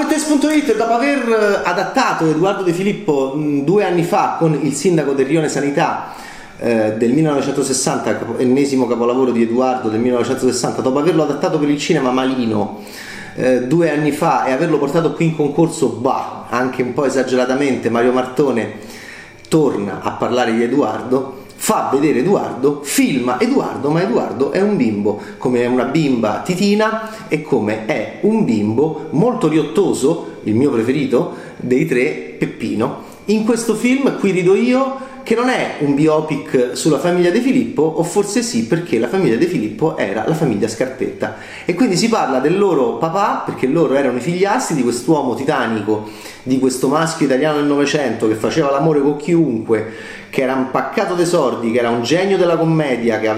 Bettex.it, dopo aver adattato Edoardo De Filippo 2 anni fa con Il sindaco del Rione Sanità del 1960, ennesimo capolavoro di Edoardo del 1960, dopo averlo adattato per il cinema malino 2 anni fa e averlo portato qui in concorso, anche un po' esageratamente, Mario Martone torna a parlare di Edoardo, fa vedere Edoardo, filma Edoardo, ma Edoardo è un bimbo, come è una bimba Titina e come è un bimbo molto riottoso, il mio preferito dei tre, Peppino. In questo film, Qui rido io, che non è un biopic sulla famiglia De Filippo, o forse sì, perché la famiglia De Filippo era la famiglia Scarpetta, e quindi si parla del loro papà, perché loro erano i figliastri di quest'uomo titanico, di questo maschio italiano del Novecento che faceva l'amore con chiunque, che era un paccato d'esordi, che era un genio della commedia, che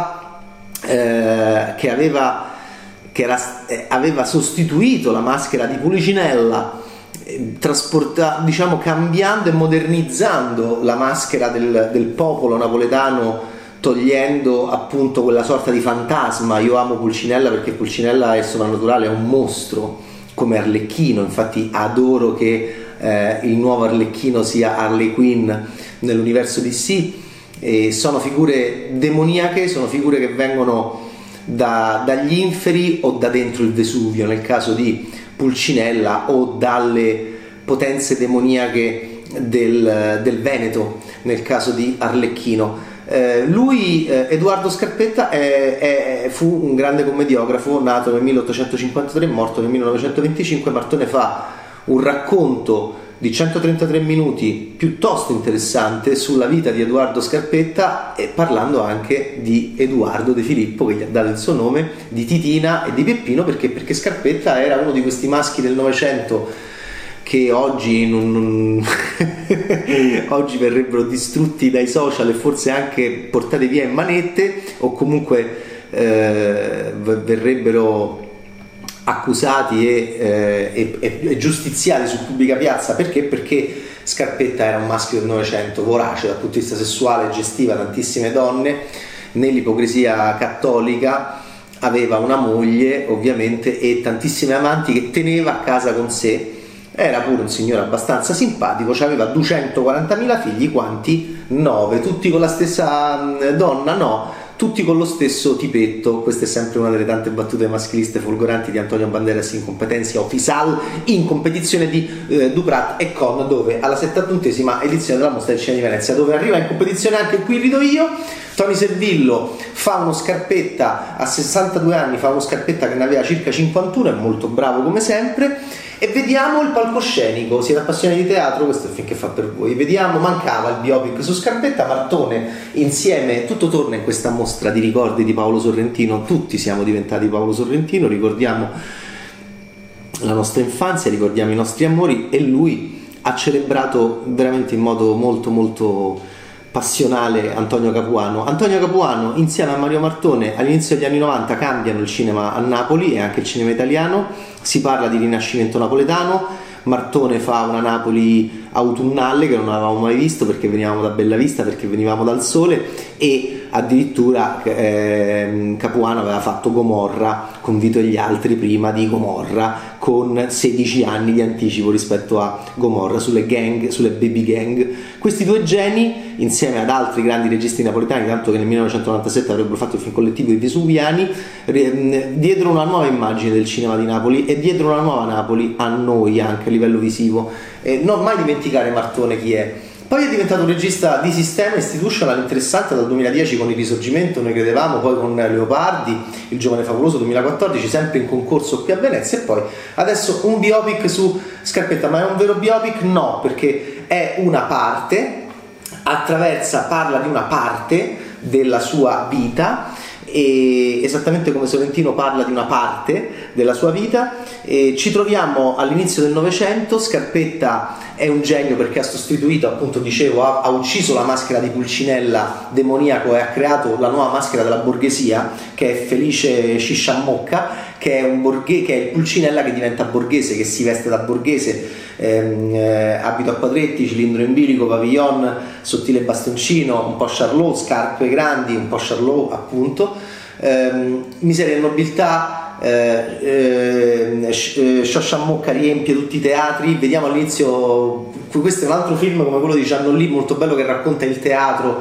aveva sostituito la maschera di Pulcinella, diciamo cambiando e modernizzando la maschera del popolo napoletano, togliendo appunto quella sorta di fantasma. Io amo Pulcinella perché Pulcinella è soprannaturale, è un mostro come Arlecchino, infatti adoro che il nuovo Arlecchino sia Harley Quinn nell'universo DC, e sono figure demoniache, sono figure che vengono dagli inferi o da dentro il Vesuvio nel caso di Pulcinella, o dalle potenze demoniache del Veneto nel caso di Arlecchino. Edoardo Scarpetta fu un grande commediografo, nato nel 1853, morto nel 1925. Martone fa un racconto di 133 minuti piuttosto interessante sulla vita di Edoardo Scarpetta, e parlando anche di Edoardo De Filippo, che gli ha dato il suo nome, di Titina e di Peppino, perché Scarpetta era uno di questi maschi del Novecento che oggi oggi verrebbero distrutti dai social e forse anche portati via in manette, o comunque verrebbero accusati e giustiziati su pubblica piazza. Perché Scarpetta era un maschio del Novecento vorace dal punto di vista sessuale, gestiva tantissime donne, nell'ipocrisia cattolica aveva una moglie ovviamente e tantissime amanti che teneva a casa con sé. Era pure un signore abbastanza simpatico, aveva 240.000 figli, quanti? 9, tutti con la stessa donna? No, tutti con lo stesso tipetto. Questa è sempre una delle tante battute maschiliste folgoranti di Antonio Banderas in Competencia Official, in competizione di Duprat e Con, dove alla 71esima edizione della Mostra del Cinema di Venezia, dove arriva in competizione anche Qui rido io. Tony Servillo fa uno Scarpetta a 62 anni, fa uno Scarpetta che ne aveva circa 51, è molto bravo come sempre. E vediamo il palcoscenico. Siete appassionati di teatro? Questo è il film che fa per voi. Vediamo, mancava il biopic su Scarpetta. Martone insieme, tutto torna in questa mostra di ricordi di Paolo Sorrentino. Tutti siamo diventati Paolo Sorrentino, ricordiamo la nostra infanzia, ricordiamo i nostri amori, e lui ha celebrato veramente in modo molto molto passionale Antonio Capuano insieme a Mario Martone all'inizio degli anni 90 cambiano il cinema a Napoli e anche il cinema italiano. Si parla di rinascimento napoletano. Martone fa una Napoli autunnale che non avevamo mai visto, perché venivamo da Bellavista, perché venivamo dal sole, e addirittura Capuano aveva fatto Gomorra con Vito e gli altri prima di Gomorra, con 16 anni di anticipo rispetto a Gomorra, sulle baby gang. Questi due geni, insieme ad altri grandi registi napoletani, tanto che nel 1997 avrebbero fatto il film collettivo I Vesuviani, diedero una nuova immagine del cinema di Napoli e diedero una nuova Napoli a noi anche a livello visivo. Non mai dimenticare Martone chi è. Poi è diventato un regista di sistema institutional interessante dal 2010 con Il Risorgimento, noi credevamo, poi con Leopardi, Il Giovane Favoloso 2014, sempre in concorso qui a Venezia, e poi adesso un biopic su Scarpetta. Ma è un vero biopic? No, perché è una parte, parla di una parte della sua vita, e esattamente come Sorrentino parla di una parte della sua vita. Ci troviamo all'inizio del Novecento. Scarpetta è un genio perché ha sostituito, appunto dicevo, ha ucciso la maschera di Pulcinella demoniaco e ha creato la nuova maschera della borghesia, che è Felice Sciasciamocca, che è il Pulcinella che diventa borghese, che si veste da borghese, abito a quadretti, cilindro in bilico, pavillon, sottile bastoncino, un po' Charlot, scarpe grandi, un po' Charlot appunto, miseria e nobiltà, Shoshan Mokka riempie tutti i teatri. Vediamo all'inizio, questo è un altro film come quello di Giannoli, molto bello, che racconta il teatro,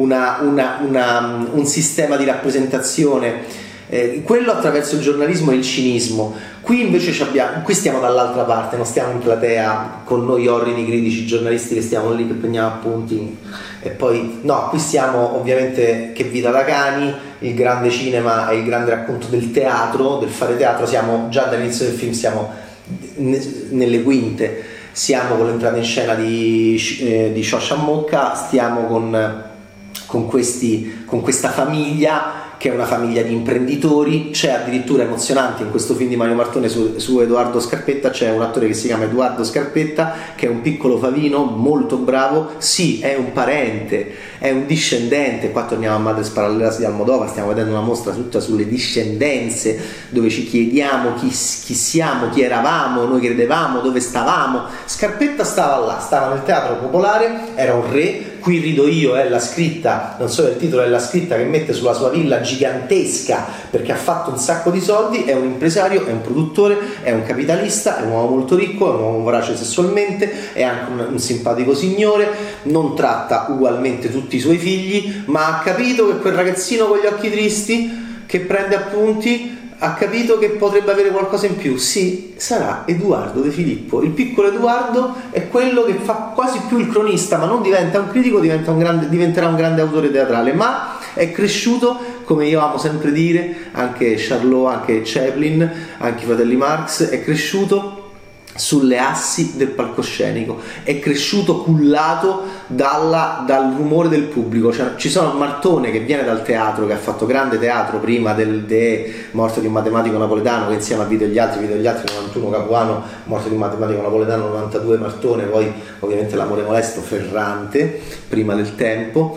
un sistema di rappresentazione, quello attraverso il giornalismo e il cinismo. Qui invece qui stiamo dall'altra parte, non stiamo in platea con noi orridi critici giornalisti che stiamo lì che prendiamo appunti e poi no, qui stiamo ovviamente Che vita da cani, il grande cinema e il grande racconto del teatro, del fare teatro. Siamo già dall'inizio del film, siamo nelle quinte, siamo con l'entrata in scena di Shoshan Mokka, stiamo con questa famiglia che è una famiglia di imprenditori. C'è addirittura, emozionante, in questo film di Mario Martone su Edoardo Scarpetta, c'è un attore che si chiama Edoardo Scarpetta, che è un piccolo favino molto bravo. Sì, è un parente, è un discendente. Qua torniamo a Madres Paralelas di Almodovar, stiamo vedendo una mostra tutta sulle discendenze, dove ci chiediamo chi siamo, chi eravamo, noi credevamo, dove stavamo. Scarpetta stava là, stava nel teatro popolare, era un re. Qui rido io è la scritta, non so il titolo, è la scritta che mette sulla sua villa gigantesca perché ha fatto un sacco di soldi. È un impresario, è un produttore, è un capitalista, è un uomo molto ricco, è un uomo vorace sessualmente, è anche un simpatico signore, non tratta ugualmente tutti i suoi figli, ma ha capito che quel ragazzino con gli occhi tristi che prende appunti ha capito che potrebbe avere qualcosa in più. Sì, sarà Edoardo De Filippo. Il piccolo Edoardo è quello che fa quasi più il cronista, ma non diventa un critico, diventerà un grande autore teatrale, ma è cresciuto, come io amo sempre dire, anche Charlot, anche Chaplin, anche i fratelli Marx, è cresciuto sulle assi del palcoscenico, è cresciuto cullato dal rumore del pubblico. Cioè, ci sono Martone che viene dal teatro, che ha fatto grande teatro prima de Morte di un matematico napoletano, che insieme a Vito e gli altri 91 Capuano, Morte di un matematico napoletano 92 Martone, poi ovviamente L'amore molesto Ferrante prima del tempo,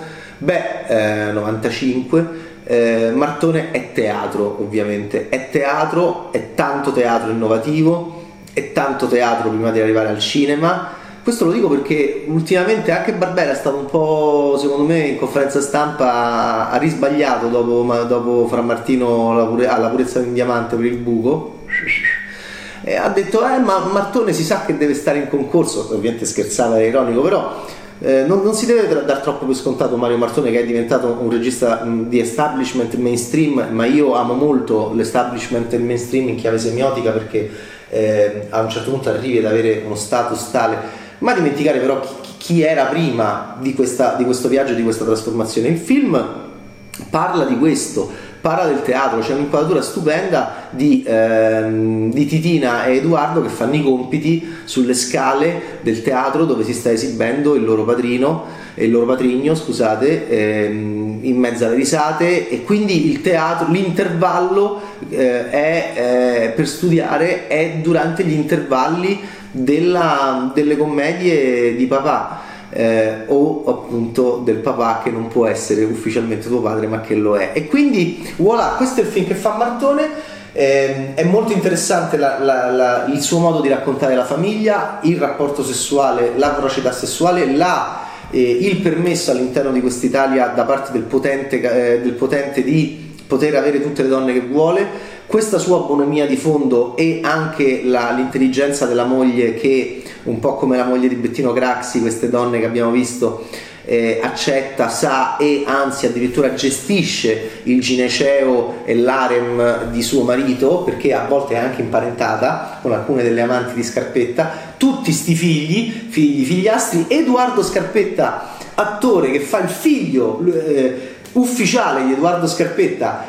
95. Martone è teatro, ovviamente è teatro, è tanto teatro innovativo, è tanto teatro prima di arrivare al cinema. Questo lo dico perché ultimamente anche Barbera è stato un po', secondo me, in conferenza stampa ha risbagliato dopo Fra Martino alla purezza di un diamante per il buco, e ha detto ma Martone si sa che deve stare in concorso. Ovviamente scherzava, era ironico, però non si deve dar troppo per scontato Mario Martone, che è diventato un regista di establishment mainstream, ma io amo molto l'establishment e il mainstream in chiave semiotica, perché a un certo punto arrivi ad avere uno status tale, ma dimenticare però chi era prima di questo viaggio, di questa trasformazione. Il film parla di questo, parla del teatro. C'è un'inquadratura stupenda di Titina e Edoardo che fanno i compiti sulle scale del teatro dove si sta esibendo il loro patrigno, scusate, in mezzo alle risate, e quindi il teatro, l'intervallo per studiare è durante gli intervalli delle commedie di papà, o appunto del papà che non può essere ufficialmente tuo padre ma che lo è. E quindi voilà, questo è il film che fa Martone. È molto interessante il suo modo di raccontare la famiglia, il rapporto sessuale, la voracità sessuale, il permesso all'interno di quest'Italia da parte del potente di poter avere tutte le donne che vuole, questa sua bonomia di fondo, e anche l'intelligenza della moglie che, un po' come la moglie di Bettino Craxi, queste donne che abbiamo visto, accetta, sa e anzi addirittura gestisce il gineceo e l'harem di suo marito, perché a volte è anche imparentata con alcune delle amanti di Scarpetta. Tutti sti figliastri. Edoardo Scarpetta, attore che fa il figlio ufficiale di Edoardo Scarpetta,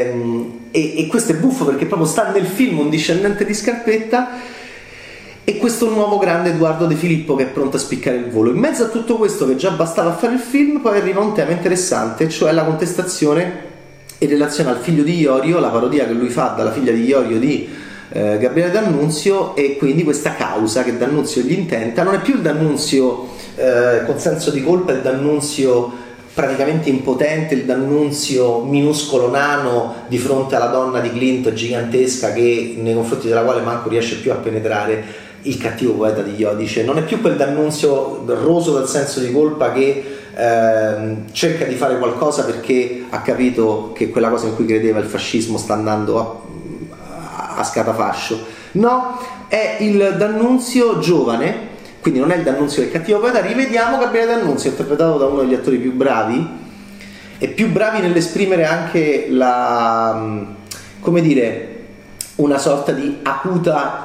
e questo è buffo perché proprio sta nel film un discendente di Scarpetta, e questo nuovo grande Edoardo De Filippo che è pronto a spiccare il volo. In mezzo a tutto questo, che già bastava a fare il film, poi arriva un tema interessante, cioè la contestazione in relazione al figlio di Iorio, la parodia che lui fa dalla figlia di Iorio di Gabriele D'Annunzio, e quindi questa causa che D'Annunzio gli intenta non è più il D'Annunzio con senso di colpa, il D'Annunzio praticamente impotente, il D'Annunzio minuscolo, nano, di fronte alla donna di Clint gigantesca, che nei confronti della quale manco riesce più a penetrare, il cattivo poeta di Iodice. Non è più quel D'Annunzio roso dal senso di colpa che cerca di fare qualcosa perché ha capito che quella cosa in cui credeva, il fascismo, sta andando a scatafascio. No, è il D'Annunzio giovane, quindi non è il D'Annunzio del cattivo poeta. Rivediamo Gabriele D'Annunzio, interpretato da uno degli attori più bravi e più bravi nell'esprimere anche come dire, una sorta di acuta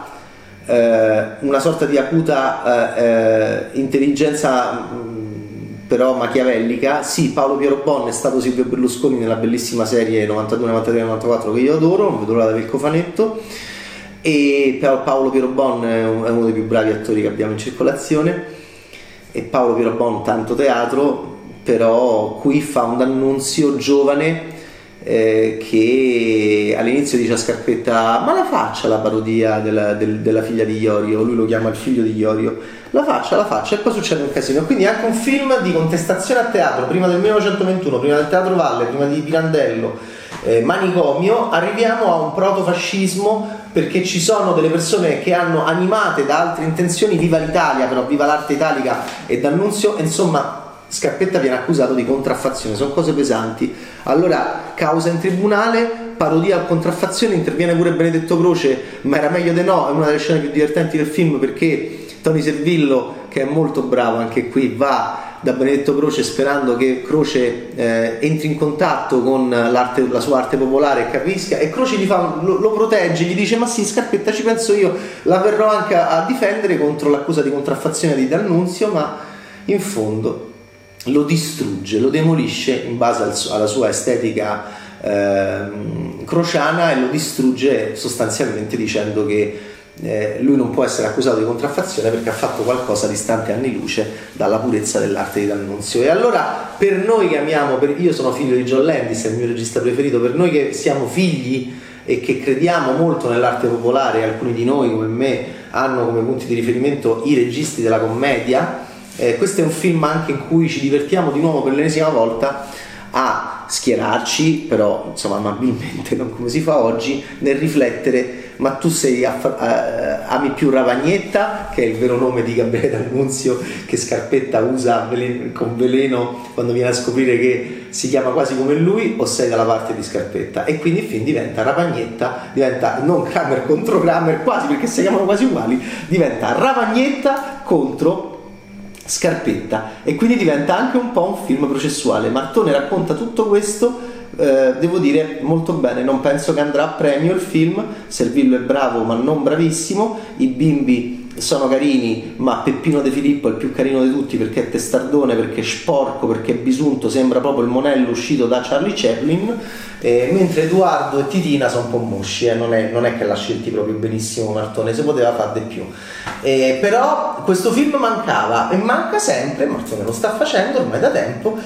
intelligenza però machiavellica. Sì, Paolo Piero Bon è stato Silvio Berlusconi nella bellissima serie 92, 93, 94 che io adoro, non vedo l'ora di avere il cofanetto. E Paolo Piero Bon è uno dei più bravi attori che abbiamo in circolazione, e Paolo Piero Bon tanto teatro, però qui fa un D'Annunzio giovane che all'inizio dice a Scarpetta: ma la faccia la parodia della figlia di Iorio, lui lo chiama il figlio di Iorio, la faccia, e poi succede un casino. Quindi anche un film di contestazione a teatro, prima del 1921, prima del Teatro Valle, prima di Pirandello, Manicomio. Arriviamo a un protofascismo perché ci sono delle persone che hanno, animate da altre intenzioni, viva l'Italia, però viva l'arte italica e D'Annunzio, insomma Scarpetta viene accusato di contraffazione, sono cose pesanti. Allora causa in tribunale, parodia o contraffazione, interviene pure Benedetto Croce, ma era meglio di no, è una delle scene più divertenti del film perché Tony Servillo, che è molto bravo anche qui, va da Benedetto Croce sperando che Croce entri in contatto con la sua arte popolare e capisca, e Croce lo protegge, gli dice: ma sì, Scarpetta, ci penso io, la verrò anche a difendere contro l'accusa di contraffazione di D'Annunzio, ma in fondo lo distrugge, lo demolisce in base alla sua estetica crociana, e lo distrugge sostanzialmente dicendo che lui non può essere accusato di contraffazione perché ha fatto qualcosa distante anni luce dalla purezza dell'arte di D'Annunzio. E allora, per noi che amiamo, io sono figlio di John Landis, è il mio regista preferito, per noi che siamo figli e che crediamo molto nell'arte popolare, alcuni di noi come me hanno come punti di riferimento i registi della commedia, questo è un film anche in cui ci divertiamo di nuovo per l'ennesima volta a schierarci, però insomma amabilmente, non come si fa oggi, nel riflettere: ma tu ami più Ravagnetta, che è il vero nome di Gabriele D'Annunzio, che Scarpetta usa con veleno quando viene a scoprire che si chiama quasi come lui, o sei dalla parte di Scarpetta? E quindi il film diventa Ravagnetta, diventa non Kramer contro Kramer, quasi, perché si chiamano quasi uguali, diventa Ravagnetta contro Scarpetta, e quindi diventa anche un po' un film processuale. Martone racconta tutto questo, devo dire molto bene, non penso che andrà a premio il film. Servillo è bravo ma non bravissimo, i bimbi sono carini, ma Peppino De Filippo è il più carino di tutti perché è testardone, perché è sporco, perché è bisunto, sembra proprio il monello uscito da Charlie Chaplin, mentre Edoardo e Titina sono un po' mosci, non è che l'ha scelti proprio benissimo Martone, si poteva fare di più, però questo film mancava e manca sempre. Martone lo sta facendo ormai da tempo,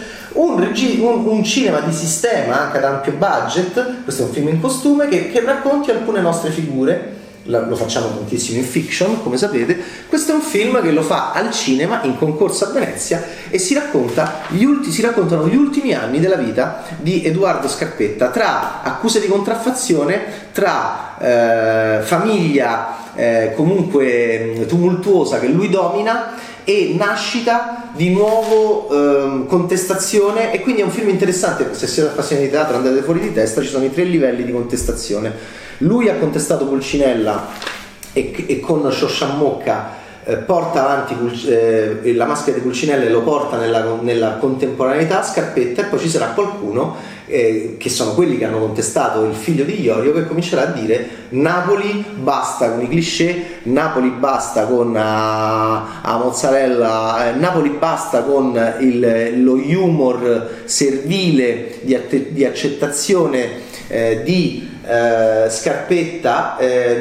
un cinema di sistema anche ad ampio budget. Questo è un film in costume che racconti alcune nostre figure. Lo facciamo tantissimo in fiction, come sapete. Questo è un film che lo fa al cinema in concorso a Venezia e si raccontano gli ultimi anni della vita di Edoardo Scarpetta, tra accuse di contraffazione, tra famiglia comunque tumultuosa che lui domina, e nascita di nuovo contestazione. E quindi è un film interessante. Se siete appassionati di teatro, andate fuori di testa, ci sono i 3 livelli di contestazione. Lui ha contestato Pulcinella e con Sciosciammocca porta avanti la maschera di Pulcinella e lo porta nella contemporaneità Scarpetta, e poi ci sarà qualcuno che sono quelli che hanno contestato il figlio di Iorio, che comincerà a dire: Napoli basta con i cliché, Napoli basta con la mozzarella, Napoli basta con lo humor servile di accettazione di Scarpetta,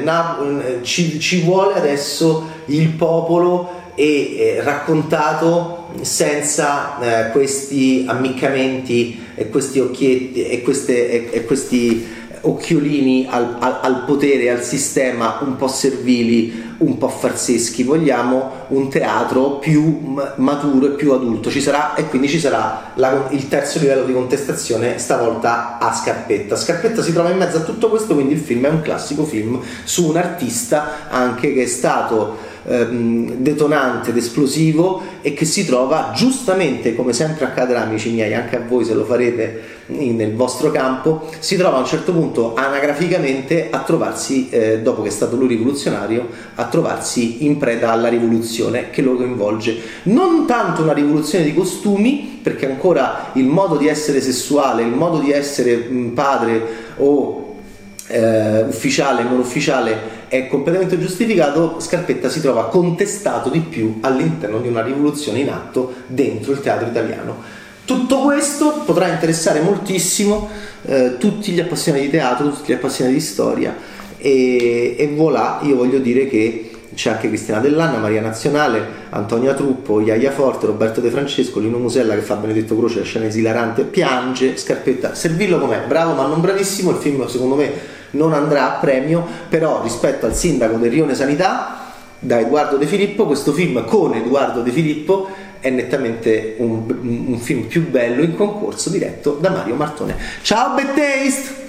ci vuole adesso il popolo, e raccontato senza questi ammiccamenti e questi occhietti e questi occhiolini al potere e al sistema, un po' servili, un po' farseschi. Vogliamo un teatro più maturo e più adulto. E quindi ci sarà il terzo livello di contestazione, stavolta a Scarpetta. Scarpetta si trova in mezzo a tutto questo, quindi il film è un classico film su un artista anche che è stato detonante ed esplosivo, e che si trova giustamente, come sempre accadrà amici miei, anche a voi se lo farete nel vostro campo, si trova a un certo punto anagraficamente a trovarsi, dopo che è stato lui rivoluzionario, a trovarsi in preda alla rivoluzione che lo coinvolge. Non tanto una rivoluzione di costumi, perché ancora il modo di essere sessuale, il modo di essere padre o ufficiale e non ufficiale è completamente giustificato. Scarpetta si trova contestato di più all'interno di una rivoluzione in atto dentro il teatro italiano. Tutto questo potrà interessare moltissimo tutti gli appassionati di teatro, tutti gli appassionati di storia, e voilà, io voglio dire che c'è anche Cristina Dell'Anna, Maria Nazionale, Antonia Truppo, Iaia Forte, Roberto De Francesco, Lino Musella che fa Benedetto Croce, la scena esilarante, piange. Scarpetta, servirlo com'è, bravo ma non bravissimo. Il film secondo me non andrà a premio, però rispetto al Sindaco del Rione Sanità da Edoardo De Filippo, questo film con Edoardo De Filippo è nettamente un film più bello in concorso, diretto da Mario Martone. Ciao Bad Taste!